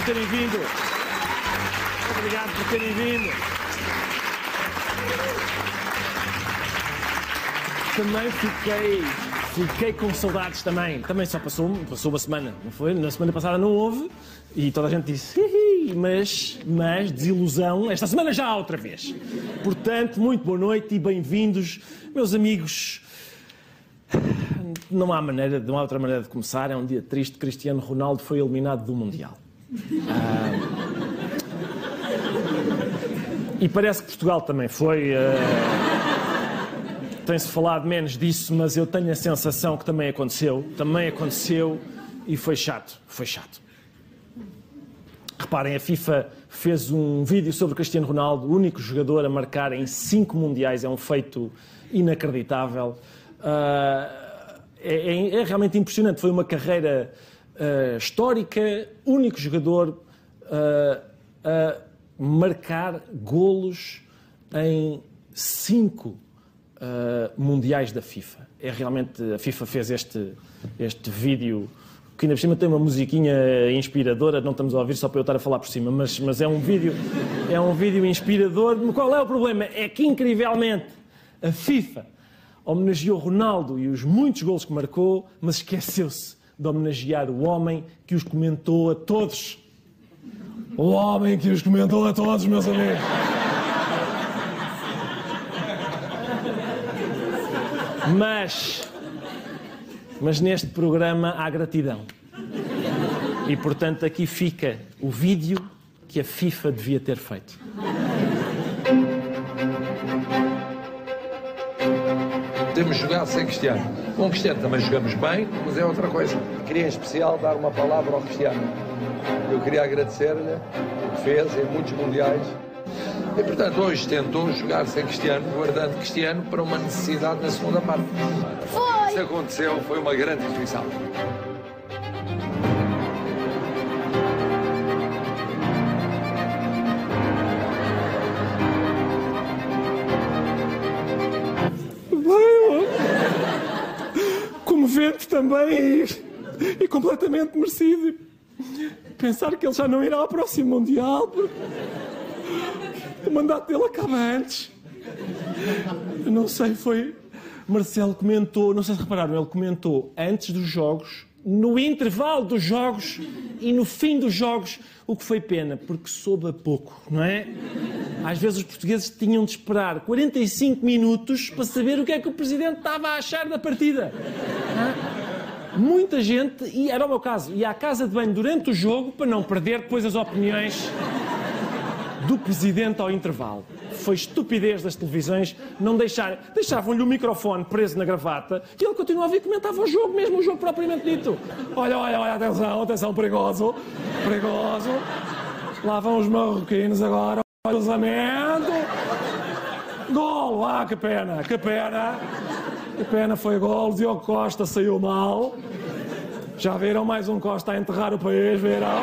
por terem vindo. Obrigado por terem vindo. Também fiquei com saudades também. Também só passou uma semana, não foi? Na semana passada não houve e toda a gente disse mas desilusão. Esta semana já há outra vez. Portanto, muito boa noite e bem-vindos, meus amigos. Não há outra maneira de começar. É um dia triste. Cristiano Ronaldo foi eliminado do Mundial. E parece que Portugal também foi. Tem-se falado menos disso, mas eu tenho a sensação que também aconteceu. Também aconteceu e foi chato. Foi chato. Reparem, a FIFA fez um vídeo sobre Cristiano Ronaldo, o único jogador a marcar em 5 mundiais. É um feito inacreditável. É realmente impressionante. Foi uma carreira histórica, único jogador a marcar golos em 5 mundiais da FIFA. É realmente, a FIFA fez este vídeo, que ainda por cima tem uma musiquinha inspiradora, não estamos a ouvir só para eu estar a falar por cima, mas é um vídeo inspirador. Qual é o problema? É que, incrivelmente, a FIFA homenageou Ronaldo e os muitos golos que marcou, mas esqueceu-se de homenagear o homem que os comentou a todos. O homem que os comentou a todos, meus amigos. Mas neste programa há gratidão. E, portanto, aqui fica o vídeo que a FIFA devia ter feito. Temos jogado sem Cristiano. Com Cristiano também jogamos bem, mas é outra coisa. Queria em especial dar uma palavra ao Cristiano. Eu queria agradecer-lhe o que fez em muitos mundiais. E, portanto, hoje tentou jogar sem Cristiano, guardando Cristiano para uma necessidade na segunda parte. Foi! Isso aconteceu, foi uma grande instituição. Comovente também e completamente merecido. Pensar que ele já não irá ao próximo Mundial, porque o mandato dele acaba antes. Eu não sei, foi... Marcelo comentou, não sei se repararam, ele comentou antes dos jogos, no intervalo dos jogos e no fim dos jogos, o que foi pena, porque soube a pouco, não é? Às vezes os portugueses tinham de esperar 45 minutos para saber o que é que o Presidente estava a achar da partida. Muita gente, e era o meu caso, ia à casa de banho durante o jogo para não perder depois as opiniões do Presidente ao intervalo. Foi estupidez das televisões não deixavam-lhe o microfone preso na gravata e ele continuava e comentava o jogo, mesmo o jogo propriamente dito. Olha, atenção, perigoso. Lá vão os marroquinos agora, o cruzamento. Golo, que pena, foi golo. Diogo Costa saiu mal. Já viram mais um Costa a enterrar o país, viram?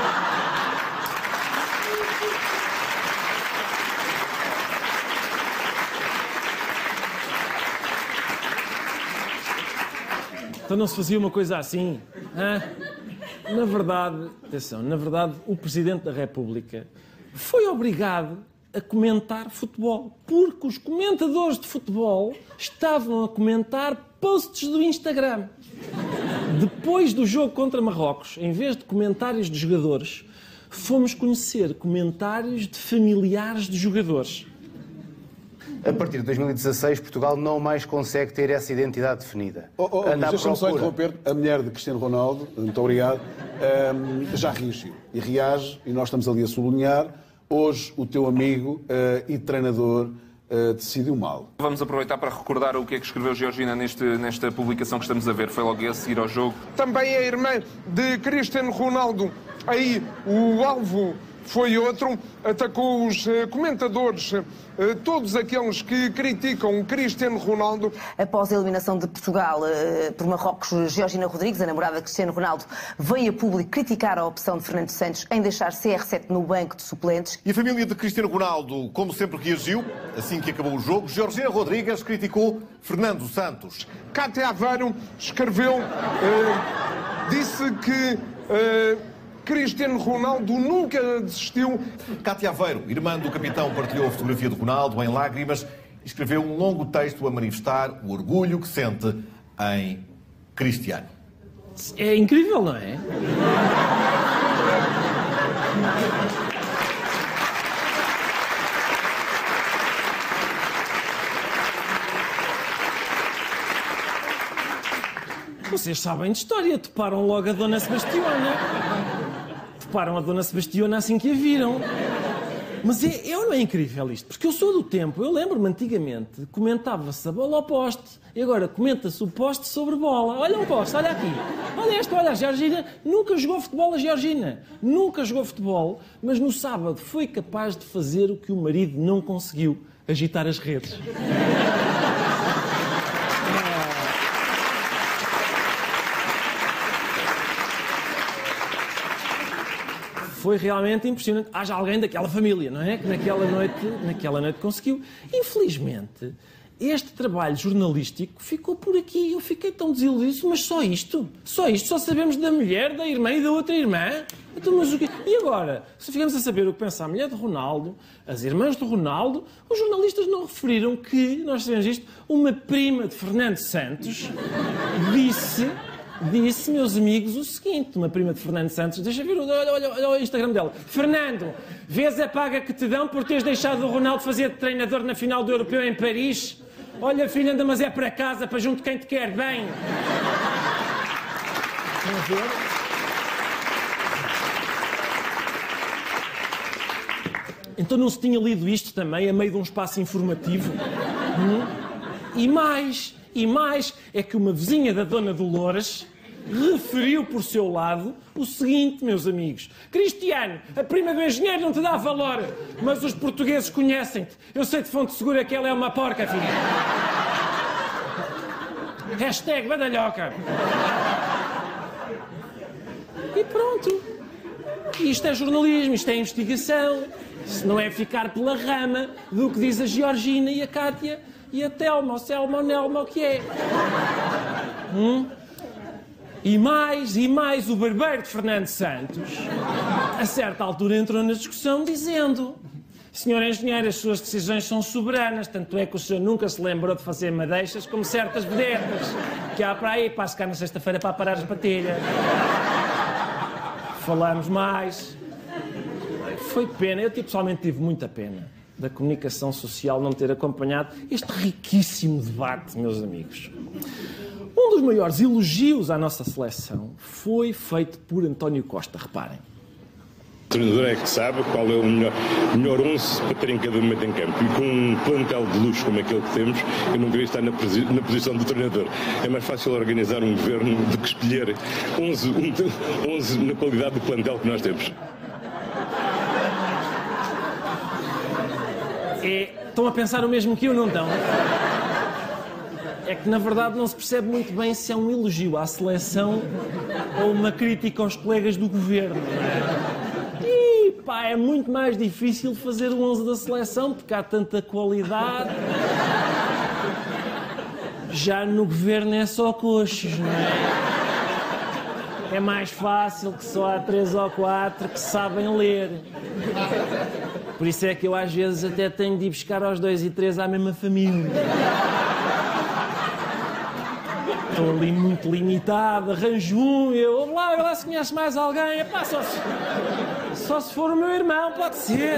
Então não se fazia uma coisa assim? Na verdade, o Presidente da República foi obrigado a comentar futebol, porque os comentadores de futebol estavam a comentar posts do Instagram. Depois do jogo contra Marrocos, em vez de comentários de jogadores, fomos conhecer comentários de familiares de jogadores. A partir de 2016, Portugal não mais consegue ter essa identidade definida. Deixa-me só interromper. A mulher de Cristiano Ronaldo, muito obrigado, já reagiu. E reage, e nós estamos ali a sublinhar, hoje o teu amigo e treinador decidiu mal. Vamos aproveitar para recordar o que é que escreveu Georgina nesta publicação que estamos a ver. Foi logo a seguir ao jogo. Também a irmã de Cristiano Ronaldo. Aí o alvo foi outro, atacou os comentadores, todos aqueles que criticam Cristiano Ronaldo. Após a eliminação de Portugal por Marrocos, Georgina Rodrigues, a namorada de Cristiano Ronaldo, veio a público criticar a opção de Fernando Santos em deixar CR7 no banco de suplentes. E a família de Cristiano Ronaldo, como sempre, reagiu. Assim que acabou o jogo, Georgina Rodrigues criticou Fernando Santos. Cátia Aveiro escreveu, disse que Cristiano Ronaldo nunca desistiu. Cátia Aveiro, irmã do capitão, partilhou a fotografia de Ronaldo em lágrimas e escreveu um longo texto a manifestar o orgulho que sente em Cristiano. É incrível, não é? Vocês sabem de história, toparam logo a Dona Sebastiona. Toparam a Dona Sebastiona assim que a viram. Mas não é incrível isto? Porque eu sou do tempo, eu lembro-me antigamente, comentava-se a bola ao poste, e agora comenta-se o poste sobre bola. Olha um poste, olha aqui. Olha esta, olha, a Georgina nunca jogou futebol, a Georgina. Nunca jogou futebol, mas no sábado foi capaz de fazer o que o marido não conseguiu, agitar as redes. Foi realmente impressionante. Haja alguém daquela família, não é? Que naquela noite conseguiu. Infelizmente, este trabalho jornalístico ficou por aqui. Eu fiquei tão desiludido, mas só isto? Só isto? Só sabemos da mulher, da irmã e da outra irmã? Então, mas o quê? E agora? Se ficamos a saber o que pensa a mulher de Ronaldo, as irmãs de Ronaldo, os jornalistas não referiram que, nós sabemos isto, uma prima de Fernando Santos disse, meus amigos, o seguinte, uma prima de Fernando Santos, deixa ver, olha o Instagram dela. Fernando, vês a paga que te dão por teres deixado o Ronaldo fazer de treinador na final do Europeu em Paris? Olha, filho, anda, mas é para casa, para junto de quem te quer bem. Vamos ver? Então não se tinha lido isto também, a meio de um espaço informativo? E mais, é que uma vizinha da Dona Dolores referiu por seu lado o seguinte, meus amigos. Cristiano, a prima do engenheiro não te dá valor, mas os portugueses conhecem-te. Eu sei de fonte segura que ela é uma porca, filha. Hashtag badalhoca. E pronto. Isto é jornalismo, isto é investigação. Se não é ficar pela rama do que diz a Georgina e a Cátia e a Telma, ou Selma, ou Nelma, o que é. E mais o barbeiro de Fernando Santos, a certa altura entrou na discussão dizendo: senhor engenheiro, as suas decisões são soberanas, tanto é que o senhor nunca se lembrou de fazer madeixas como certas vedetas que há para aí, passo cá na sexta-feira para parar as patilhas. Falamos mais. Foi pena, eu pessoalmente tive muita pena da comunicação social não ter acompanhado este riquíssimo debate, meus amigos. Um dos maiores elogios à nossa seleção foi feito por António Costa, reparem. O treinador é que sabe qual é o melhor 11 para ter em cada momento em campo. E com um plantel de luxo como aquele que temos, eu não queria estar na posição do treinador. É mais fácil organizar um governo do que escolher 11 na qualidade do plantel que nós temos. Estão a pensar o mesmo que eu, não estão? É que, na verdade, não se percebe muito bem se é um elogio à seleção ou uma crítica aos colegas do governo, não é? E, pá, é muito mais difícil fazer o 11 da seleção, porque há tanta qualidade. Já no governo é só coxos, não é? É mais fácil, que só há 3 ou 4 que sabem ler. Por isso é que eu, às vezes, até tenho de ir buscar aos 2 e 3 à mesma família. Estou ali muito limitado, arranjo um, eu vou lá se conhece mais alguém. Epá, só se for o meu irmão, pode ser.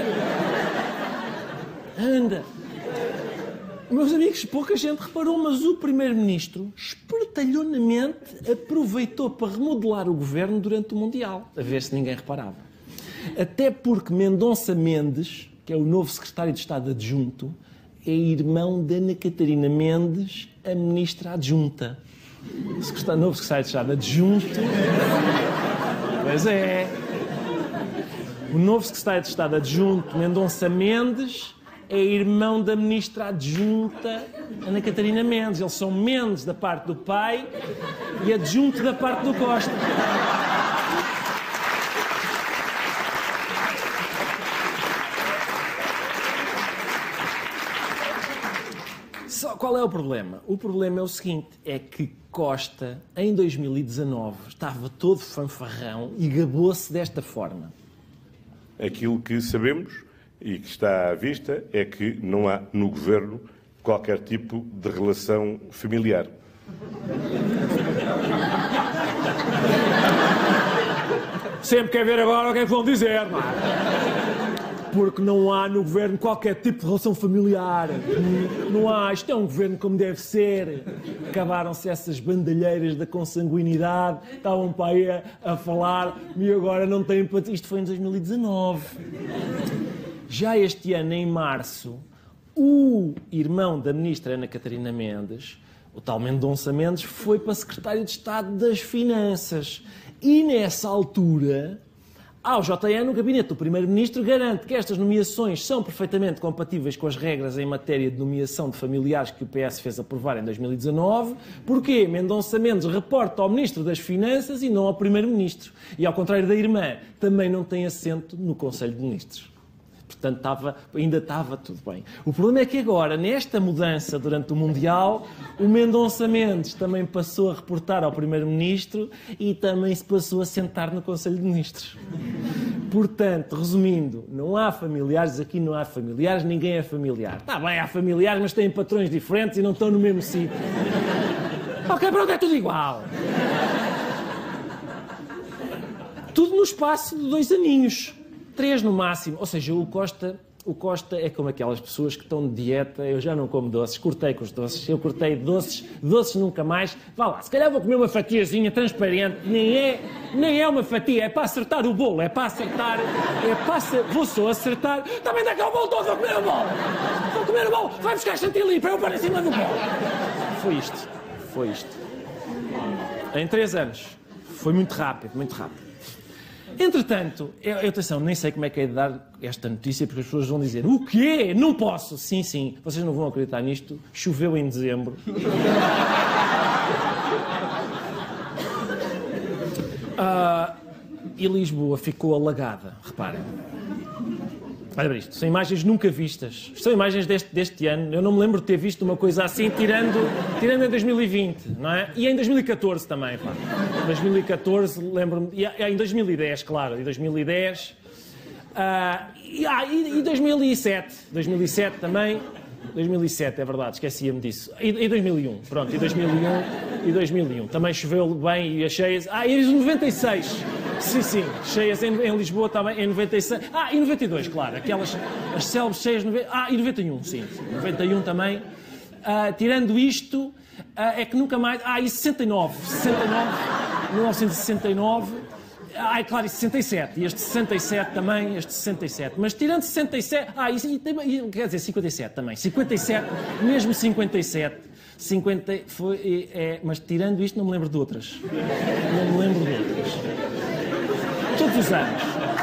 Anda. Meus amigos, pouca gente reparou, mas o primeiro-ministro, espertalhonamente, aproveitou para remodelar o governo durante o Mundial, a ver se ninguém reparava. Até porque Mendonça Mendes, que é o novo secretário de Estado adjunto, é irmão da Ana Catarina Mendes, a ministra adjunta. O novo secretário de Estado adjunto... Pois é. O novo secretário de Estado adjunto, Mendonça Mendes, é irmão da ministra adjunta, Ana Catarina Mendes. Eles são Mendes da parte do pai e adjunto da parte do Costa. Qual é o problema? O problema é o seguinte, é que Costa, em 2019, estava todo fanfarrão e gabou-se desta forma. Aquilo que sabemos e que está à vista é que não há no governo qualquer tipo de relação familiar. Sempre quer ver agora o que é que vão dizer, não é? Porque não há no governo qualquer tipo de relação familiar. Não há. Isto é um governo como deve ser. Acabaram-se essas bandalheiras da consanguinidade. Estavam para aí a falar e agora não têm... Isto foi em 2019. Já este ano, em março, o irmão da ministra Ana Catarina Mendes, o tal Mendonça Mendes, foi para secretário de Estado das Finanças. E nessa altura... o JN, o gabinete do Primeiro-Ministro, garante que estas nomeações são perfeitamente compatíveis com as regras em matéria de nomeação de familiares que o PS fez aprovar em 2019. Porquê? Mendonça Mendes reporta ao Ministro das Finanças e não ao Primeiro-Ministro. E, ao contrário da irmã, também não tem assento no Conselho de Ministros. Portanto, ainda estava tudo bem. O problema é que agora, nesta mudança durante o Mundial, o Mendonça Mendes também passou a reportar ao Primeiro-Ministro e também se passou a sentar no Conselho de Ministros. Portanto, resumindo, não há familiares, aqui não há familiares, ninguém é familiar. Está bem, há familiares, mas têm patrões diferentes e não estão no mesmo sítio. Ok, pronto, é tudo igual. Tudo no espaço de 2 aninhos. 3 no máximo. Ou seja, o Costa é como aquelas pessoas que estão de dieta. Eu já não como doces, cortei com os doces. Eu cortei doces nunca mais. Vá lá, se calhar vou comer uma fatiazinha transparente. Nem é uma fatia, é para acertar o bolo. Vou só acertar. Também dá cá o bolo todo, vou comer o bolo. Vai buscar chantilly para eu pôr em cima do bolo. Foi isto. Em 3 anos. Foi muito rápido. Entretanto, atenção, nem sei como é que é de dar esta notícia, porque as pessoas vão dizer: o quê? Não posso. Sim, vocês não vão acreditar nisto. Choveu em dezembro. E Lisboa ficou alagada, reparem. Olha para isto, são imagens nunca vistas. São imagens deste ano. Eu não me lembro de ter visto uma coisa assim, tirando em 2020, não é? E em 2014 também, pá. Em 2014, lembro-me... E em 2010, claro. Em 2010... E 2007. 2007 também. 2007, é verdade, esquecia-me disso. E 2001, pronto. E 2001. Também choveu bem e as cheias... e 96... Sim, cheias em Lisboa também, em 96. E 92, claro, as célebres cheias... e 91, sim, 91 também. Tirando isto, é que nunca mais... e 69, 1969... claro, e 67, e este 67 também, mas tirando 67... quer dizer, 57 também, 57, mesmo 57... 50 foi... mas tirando isto, não me lembro de outras. Todos os anos.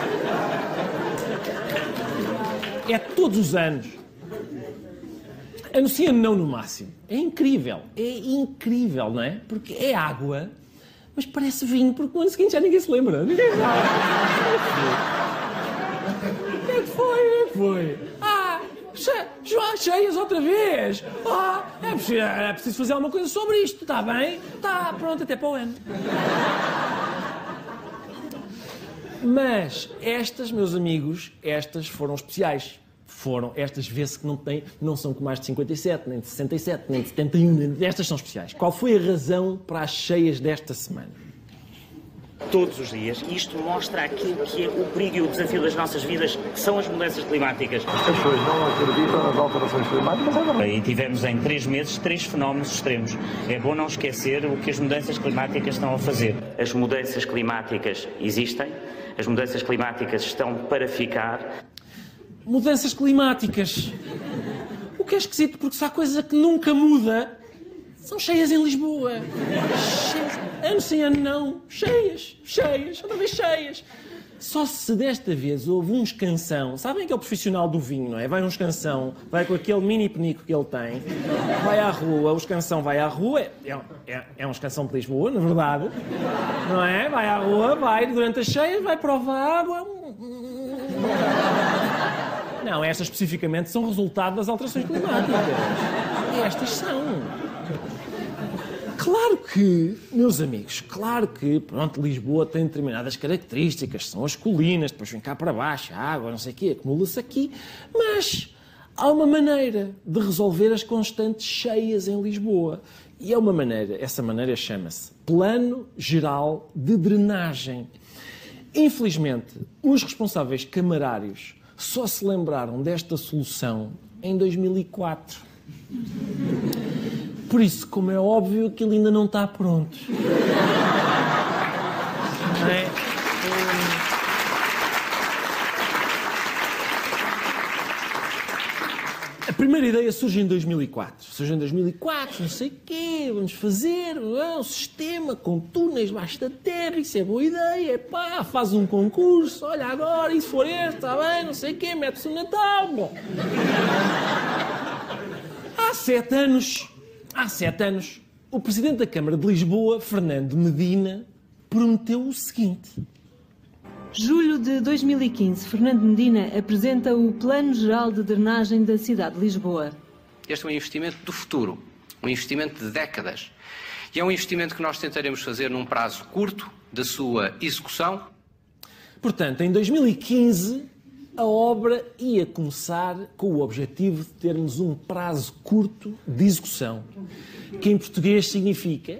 É todos os anos. Anuncia não no máximo. É incrível, não é? Porque é água, mas parece vinho, porque no ano seguinte já ninguém se lembra. Ninguém sabe. O que é que foi? Cheias outra vez. É preciso fazer alguma coisa sobre isto, está bem? Está, pronto, até para o ano. Mas estas, meus amigos, estas foram especiais. Estas vezes que não são com mais de 57, nem de 67, nem de 71, estas são especiais. Qual foi a razão para as cheias desta semana? Todos os dias. Isto mostra aquilo que é o perigo e o desafio das nossas vidas, que são as mudanças climáticas. As pessoas não acreditam nas alterações climáticas, mas é verdade. E tivemos em 3 meses 3 fenómenos extremos. É bom não esquecer o que as mudanças climáticas estão a fazer. As mudanças climáticas existem, as mudanças climáticas estão para ficar. Mudanças climáticas. O que é esquisito, porque se há coisa que nunca muda, são cheias em Lisboa. Ano sem ano não. Cheias. Outra vez cheias. Só se desta vez houve um escansão. Sabem que é o profissional do vinho, não é? Vai um escansão, vai com aquele mini penico que ele tem, vai à rua, o escansão vai à rua, é um escansão de Lisboa, na verdade, não é? Vai à rua, vai durante as cheias, vai provar água. Não, estas especificamente são resultado das alterações climáticas. Estas são. Claro que, meus amigos, claro que, pronto, Lisboa tem determinadas características, são as colinas, depois vem cá para baixo, a água, não sei o quê, acumula-se aqui, mas há uma maneira de resolver as constantes cheias em Lisboa. E é uma maneira, essa maneira chama-se Plano Geral de Drenagem. Infelizmente, os responsáveis camarários só se lembraram desta solução em 2004. Por isso, como é óbvio, que ele ainda não está pronto. Não é? A primeira ideia surge em 2004. Surge em 2004, não sei o quê, vamos fazer um sistema com túneis baixo da terra, isso é boa ideia, pá, faz um concurso, olha agora, e se for este, está bem, não sei o quê, mete-se o Natal, bom. Há 7 anos, o Presidente da Câmara de Lisboa, Fernando Medina, prometeu o seguinte. Julho de 2015, Fernando Medina apresenta o Plano Geral de Drenagem da cidade de Lisboa. Este é um investimento do futuro, um investimento de décadas. E é um investimento que nós tentaremos fazer num prazo curto da sua execução. Portanto, em 2015, a obra ia começar com o objetivo de termos um prazo curto de execução, que em português significa...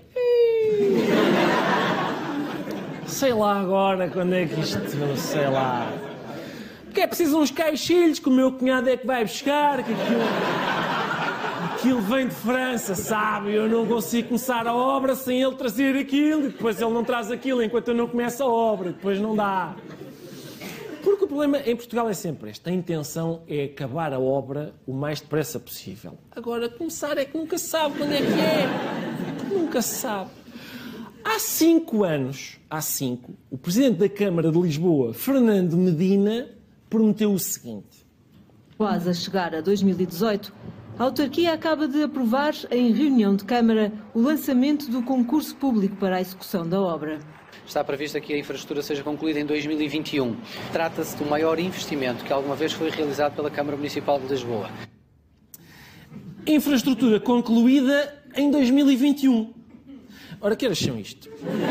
Sei lá agora quando é que isto... Sei lá... Porque é preciso uns caixilhos que o meu cunhado é que vai buscar, que aquilo vem de França, sabe? Eu não consigo começar a obra sem ele trazer aquilo, e depois ele não traz aquilo enquanto eu não começo a obra, e depois não dá. Porque o problema em Portugal é sempre este. A intenção é acabar a obra o mais depressa possível. Agora, começar é que nunca se sabe quando é que é. Nunca se sabe. Há 5 anos, o Presidente da Câmara de Lisboa, Fernando Medina, prometeu o seguinte. Quase a chegar a 2018, a autarquia acaba de aprovar, em reunião de Câmara, o lançamento do concurso público para a execução da obra. Está previsto que a infraestrutura seja concluída em 2021. Trata-se do maior investimento que alguma vez foi realizado pela Câmara Municipal de Lisboa. Infraestrutura concluída em 2021. Ora, que horas são isto?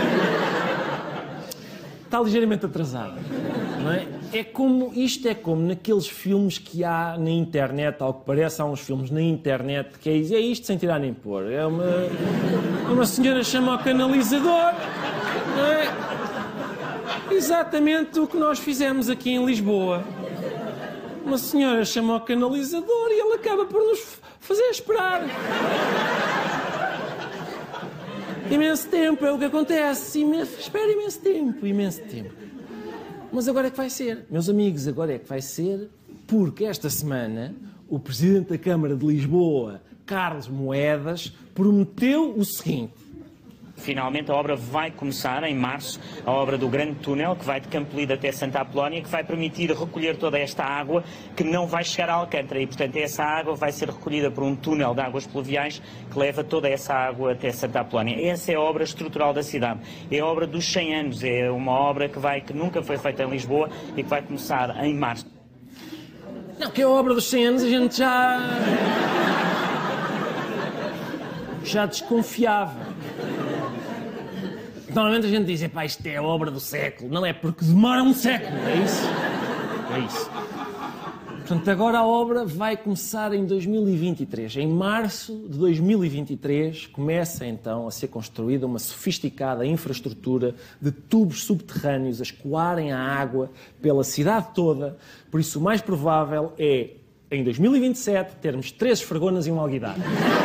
Está ligeiramente atrasado, não é? Isto é como naqueles filmes que há na internet, ao que parece, há uns filmes na internet que é isto sem tirar nem pôr. É uma senhora chama ao canalizador, não é? Exatamente o que nós fizemos aqui em Lisboa. Uma senhora chama ao canalizador e ele acaba por nos fazer esperar. Imenso tempo, é o que acontece. Espera imenso tempo. Mas agora é que vai ser. Meus amigos, agora é que vai ser, porque esta semana o Presidente da Câmara de Lisboa, Carlos Moedas, prometeu o seguinte. Finalmente a obra vai começar em março, a obra do grande túnel que vai de Campolide até Santa Apolónia, que vai permitir recolher toda esta água que não vai chegar à Alcântara e, portanto, essa água vai ser recolhida por um túnel de águas pluviais que leva toda essa água até Santa Apolónia. Essa é a obra estrutural da cidade. É a obra dos 100 anos, é uma obra que nunca foi feita em Lisboa e que vai começar em março. Não, que é a obra dos 100 anos a gente já desconfiava. Normalmente a gente diz, isto é a obra do século. Não é porque demora um século, é isso. Portanto, agora a obra vai começar em 2023. Em março de 2023 começa então a ser construída uma sofisticada infraestrutura de tubos subterrâneos a escoarem a água pela cidade toda. Por isso o mais provável é, em 2027, termos 3 esfregonas e um alguidar.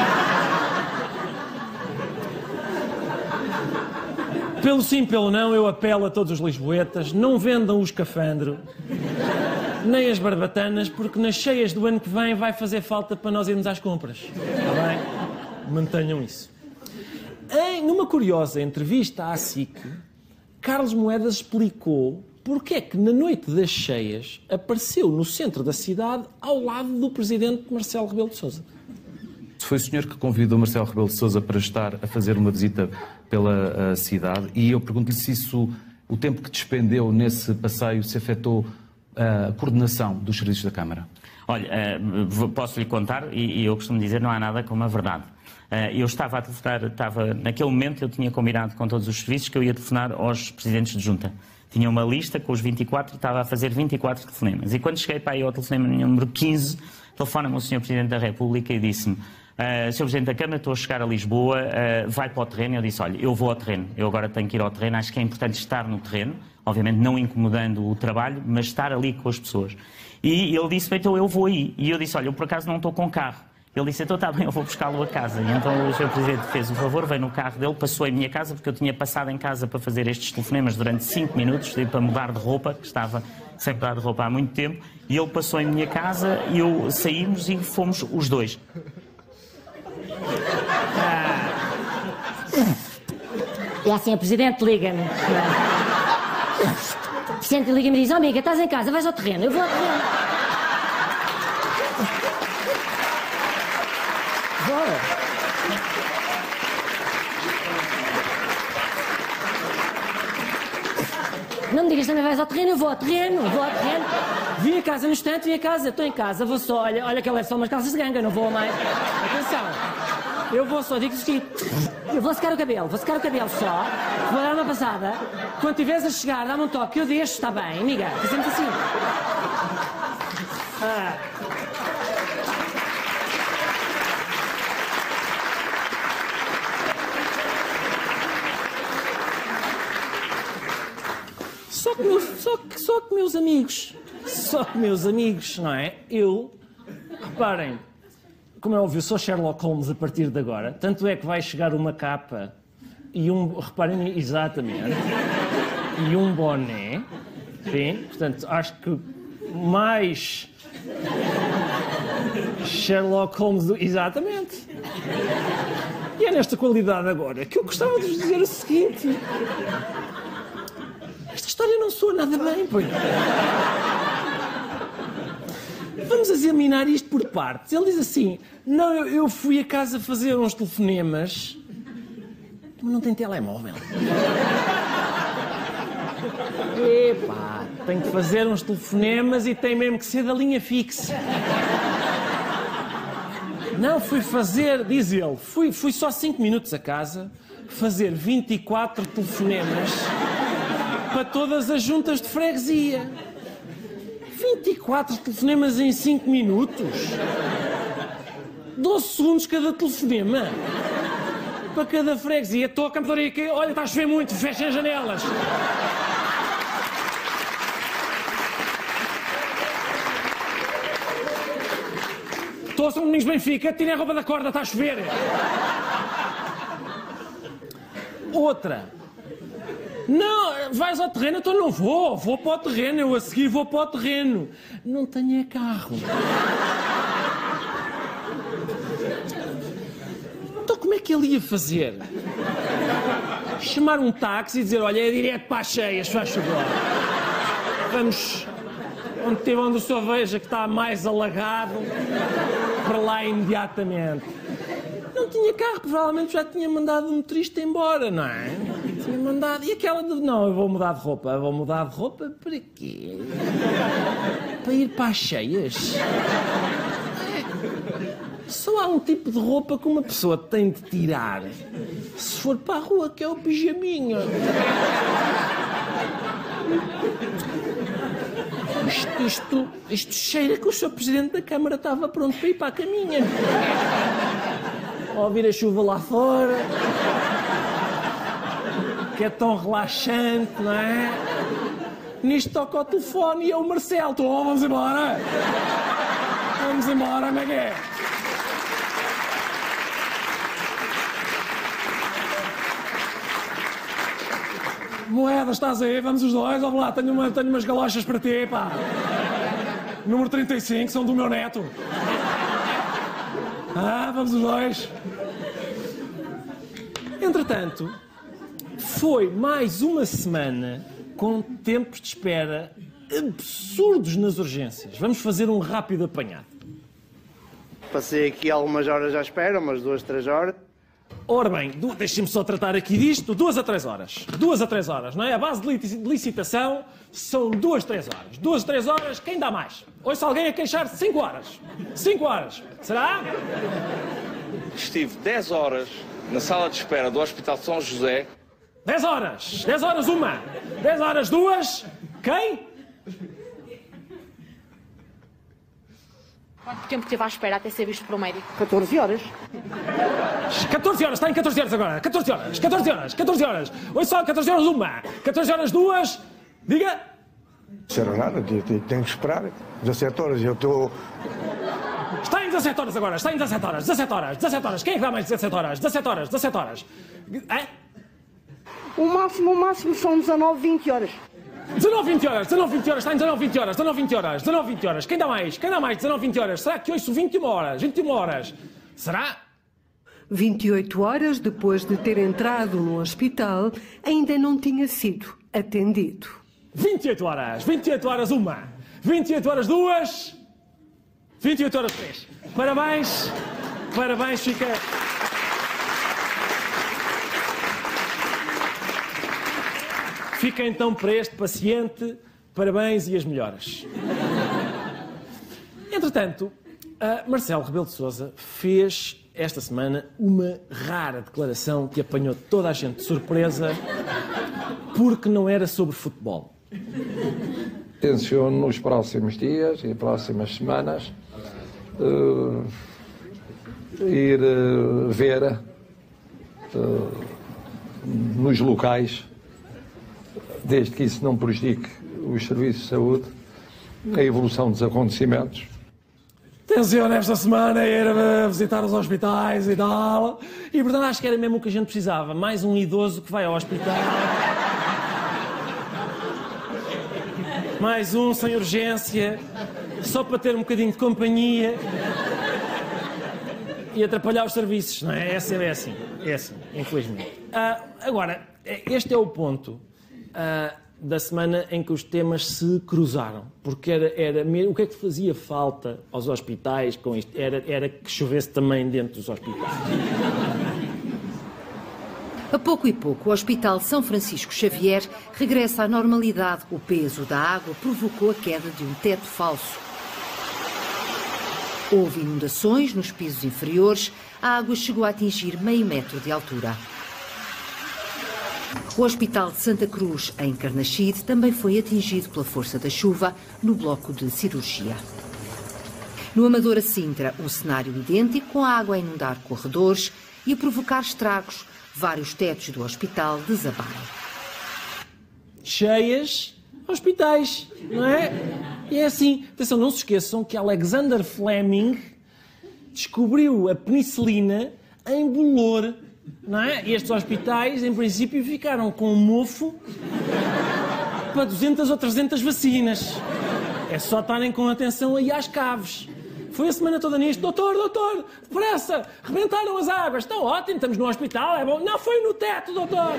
Pelo sim, pelo não, eu apelo a todos os lisboetas, não vendam o escafandro, nem as barbatanas, porque nas cheias do ano que vem vai fazer falta para nós irmos às compras. Está bem? Mantenham isso. Numa curiosa entrevista à SIC, Carlos Moedas explicou porque é que na noite das cheias apareceu no centro da cidade ao lado do Presidente Marcelo Rebelo de Sousa. Foi o senhor que convidou Marcelo Rebelo de Sousa para estar a fazer uma visita pela cidade e eu pergunto-lhe se o tempo que despendeu nesse passeio se afetou a coordenação dos serviços da Câmara? Olha, posso-lhe contar, e eu costumo dizer, não há nada como a verdade. Eu estava a telefonar, naquele momento eu tinha combinado com todos os serviços que eu ia telefonar aos presidentes de junta. Tinha uma lista com os 24 e estava a fazer 24 telefonemas. E quando cheguei para aí ao telefonema número 15, telefona-me o Sr. Presidente da República e disse-me: Sr. Presidente da Câmara, estou a chegar a Lisboa, vai para o terreno. Eu disse: olha, eu vou ao terreno, eu agora tenho que ir ao terreno, acho que é importante estar no terreno, obviamente não incomodando o trabalho, mas estar ali com as pessoas. E ele disse: então eu vou aí. E eu disse: olha, eu por acaso não estou com carro. Ele disse: então está bem, eu vou buscá-lo a casa. E então o Sr. Presidente fez o favor, veio no carro dele, passou em minha casa, porque eu tinha passado em casa para fazer estes telefonemas durante 5 minutos, para mudar de roupa, que estava sem mudar de roupa há muito tempo, e ele passou em minha casa, e eu saímos e fomos os dois. E assim, a Presidente liga-me. O Presidente liga-me e diz: amiga, estás em casa, vais ao terreno. Eu vou ao terreno. Não me digas também vais ao terreno, eu vou ao terreno. Vim a casa no instante, vim a casa, estou em casa, vou só, olha que eu levo só umas calças de ganga, não vou mais. Atenção, eu vou só, digo o seguinte, eu vou secar o cabelo só, vou dar uma passada, quando estiveres a chegar, dá-me um toque, eu deixo, está bem, amiga, fazemos assim. Só que meus amigos, não é? Reparem, como é óbvio, sou Sherlock Holmes a partir de agora, tanto é que vai chegar uma capa e reparem exatamente, e um boné, sim, portanto, acho que mais Sherlock Holmes, exatamente. E é nesta qualidade agora que eu gostava de vos dizer o seguinte: esta história não soa nada bem, pois. Vamos examinar isto por partes. Ele diz assim: não, eu fui a casa fazer uns telefonemas, mas não tem telemóvel. Epá, tenho que fazer uns telefonemas e tem mesmo que ser da linha fixa. Não, fui fazer, diz ele, fui só 5 minutos a casa fazer 24 telefonemas para todas as juntas de freguesia. 24 telefonemas em 5 minutos? 12 segundos cada telefonema? Para cada freguesia. Estou a Campedoria aqui, olha, está a chover muito, fechem as janelas. Estou a São Domingos Benfica, tirem a roupa da corda, está a chover. Outra. Não, vais ao terreno, então não vou para o terreno, eu a seguir vou para o terreno. Não tenho carro. Então como é que ele ia fazer? Chamar um táxi e dizer: olha, é direto para as cheias, faz favor. Vamos onde o senhor veja que está mais alagado, para lá imediatamente. Não tinha carro, provavelmente já tinha mandado o motorista embora, não é? Tinha mandado. E aquela de: não, eu vou mudar de roupa. Vou mudar de roupa para quê? Para ir para as cheias? Só há um tipo de roupa que uma pessoa tem de tirar se for para a rua, que é o pijaminha. Isto cheira que o Sr. Presidente da Câmara estava pronto para ir para a caminha. Ouvir a chuva lá fora, que é tão relaxante, não é? Nisto toca o telefone e é o Marcelo. Vamos embora. Vamos embora, como é que é? Moedas, estás aí? Vamos os dois, vamos lá, tenho umas galochas para ti, pá. Número 35, são do meu neto. Vamos os dois. Entretanto, foi mais uma semana com tempos de espera absurdos nas urgências. Vamos fazer um rápido apanhado. Passei aqui algumas horas à espera, umas 2, 3 horas. Ora bem, deixem-me só tratar aqui disto, 2 a 3 horas. 2 a 3 horas, não é? A base de licitação são 2 a 3 horas. 2 a 3 horas, quem dá mais? Ouço alguém a queixar-se 5 horas. 5 horas. Será? Estive 10 horas na sala de espera do Hospital São José. 10 horas. 10 horas uma. 10 horas duas. Quem? Quanto tempo teve à espera até ser visto por um médico? 14 horas. 14 horas, está em 14 horas agora. 14 horas, 14 horas, 14 horas. Oi só, 14 horas uma. 14 horas duas. Diga. Não disseram nada, tenho que esperar. 17 horas, eu estou... Está em 17 horas agora, está em 17 horas, 17 horas, 17 horas. Quem é que dá mais 17 horas? 17 horas, 17 horas. O máximo são 19, 20 horas. 19, 20 horas, 19, 20 horas, está em 19, 20 horas, 19, 20 horas, 19, 20 horas. Quem dá mais? Quem dá mais? 19, 20 horas. Será que ouço 21 horas? 21 horas. Será? 28 horas depois de ter entrado no hospital, ainda não tinha sido atendido. 28 horas uma. 28 horas duas. 28 horas três. Parabéns, fica... Fica então para este paciente, parabéns e as melhoras. Entretanto, Marcelo Rebelo de Sousa fez esta semana uma rara declaração que apanhou toda a gente de surpresa porque não era sobre futebol. Tenciono nos próximos dias e próximas semanas ir ver nos locais, desde que isso não prejudique os serviços de saúde, a evolução dos acontecimentos. Tenciono esta semana ir visitar os hospitais e tal, e portanto acho que era mesmo o que a gente precisava, mais um idoso que vai ao hospital. Mais um sem urgência, só para ter um bocadinho de companhia e atrapalhar os serviços, não é? É assim, infelizmente. Agora, este é o ponto da semana em que os temas se cruzaram, porque era o que é que fazia falta aos hospitais com isto? Era que chovesse também dentro dos hospitais. A pouco e pouco, o Hospital São Francisco Xavier regressa à normalidade. O peso da água provocou a queda de um teto falso. Houve inundações nos pisos inferiores. A água chegou a atingir meio metro de altura. O Hospital de Santa Cruz, em Carnaxide, também foi atingido pela força da chuva no bloco de cirurgia. No Amadora Sintra, um cenário idêntico, com a água a inundar corredores e a provocar estragos. Vários tetos do hospital desabaram. Cheias hospitais, não é? E é assim. Atenção, não se esqueçam que Alexander Fleming descobriu a penicilina em Bolor, não é? E estes hospitais, em princípio, ficaram com um mofo para 200 ou 300 vacinas. É só estarem com atenção aí às caves. Foi a semana toda nisto. Doutor, depressa, rebentaram as águas. Está ótimo, estamos no hospital, é bom. Não, foi no teto, doutor.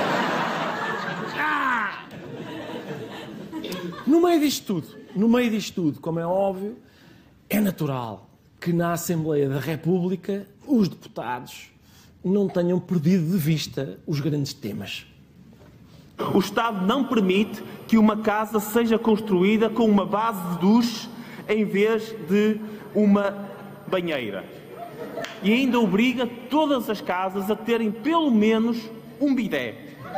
No meio disto tudo, como é óbvio, é natural que na Assembleia da República os deputados não tenham perdido de vista os grandes temas. O Estado não permite que uma casa seja construída com uma base de duche em vez de uma banheira. E ainda obriga todas as casas a terem pelo menos um bidé.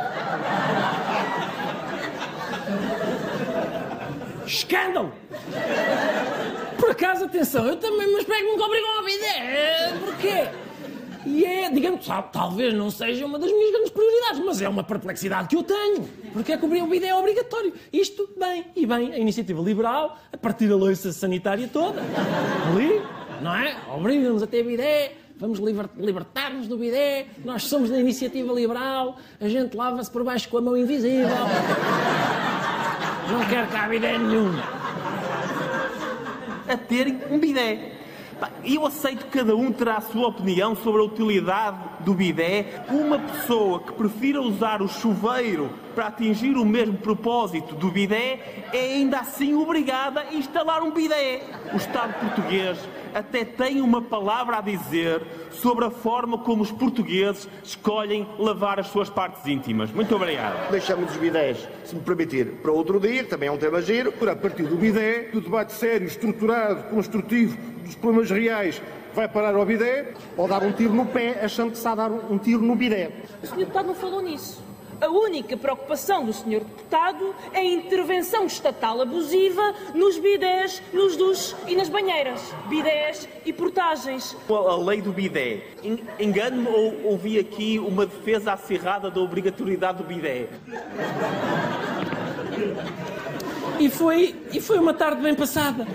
Escândalo! Por acaso, atenção, eu também, mas pego nunca obrigam a bidé. Porquê? E digamos, talvez não seja uma das minhas grandes prioridades, mas é uma perplexidade que eu tenho. Porque é que o bidé é obrigatório. Isto, bem, a iniciativa liberal, a partir da louça sanitária toda, ali, não é? Obrigam-nos a ter bidé, vamos libertar-nos do bidé, nós somos da iniciativa liberal, a gente lava-se por baixo com a mão invisível. Não quero cá bidé nenhum. A terem um bidé. Eu aceito que cada um terá a sua opinião sobre a utilidade do bidé. Uma pessoa que prefira usar o chuveiro para atingir o mesmo propósito do bidé é ainda assim obrigada a instalar um bidé. O Estado português até tem uma palavra a dizer sobre a forma como os portugueses escolhem lavar as suas partes íntimas. Muito obrigado. Deixamos os bidés, se me permitir, para outro dia, que também é um tema giro. A partir do bidé, do debate sério, estruturado, construtivo, dos problemas reais, vai parar ao bidé ou dar um tiro no pé achando que está a dar um tiro no bidé. O Sr. Deputado não falou nisso. A única preocupação do Sr. Deputado é a intervenção estatal abusiva nos bidés, nos duches e nas banheiras. Bidés e portagens. A lei do bidé. Engano-me ou ouvi aqui uma defesa acirrada da obrigatoriedade do bidé? E foi uma tarde bem passada.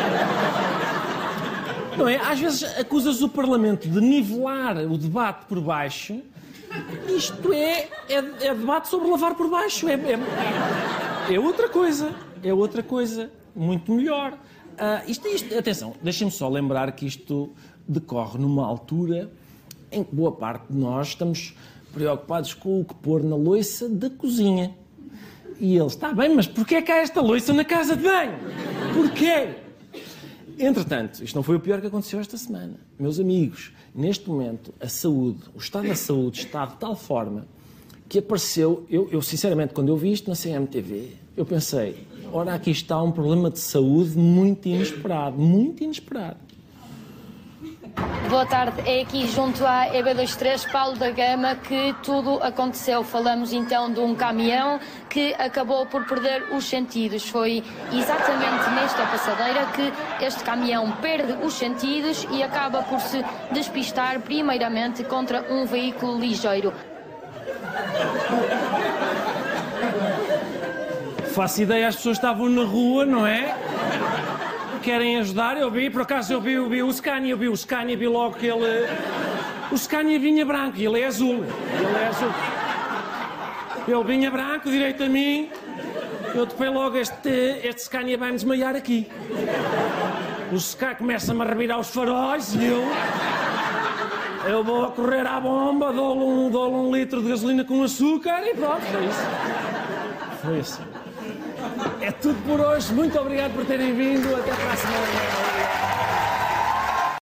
Não é? Às vezes acusas o Parlamento de nivelar o debate por baixo. Isto é debate sobre lavar por baixo. É outra coisa. É outra coisa. Muito melhor. Atenção, deixem-me só lembrar que isto decorre numa altura em que boa parte de nós estamos preocupados com o que pôr na louça da cozinha. E ele está bem, mas porquê é que há esta louça na casa de banho? Porquê? Entretanto, isto não foi o pior que aconteceu esta semana. Meus amigos, neste momento, a saúde, o estado da saúde está de tal forma que apareceu... Eu sinceramente, quando eu vi isto na CMTV, eu pensei, ora, aqui está um problema de saúde muito inesperado, muito inesperado. Boa tarde, é aqui junto à EB23 Paulo da Gama que tudo aconteceu. Falamos então de um caminhão que acabou por perder os sentidos. Foi exatamente nesta passadeira que este caminhão perde os sentidos e acaba por se despistar primeiramente contra um veículo ligeiro. Faço ideia, as pessoas estavam na rua, não é? Querem ajudar, por acaso eu vi o Scania, vi logo que ele... O Scania vinha branco e ele é azul. Ele vinha branco, direito a mim, eu topei logo, este Scania vai-me desmaiar aqui. O Scania começa-me a revirar os faróis e eu vou a correr à bomba, dou-lhe um litro de gasolina com açúcar e pronto, foi isso. Foi assim. É tudo por hoje. Muito obrigado por terem vindo. Até para a semana.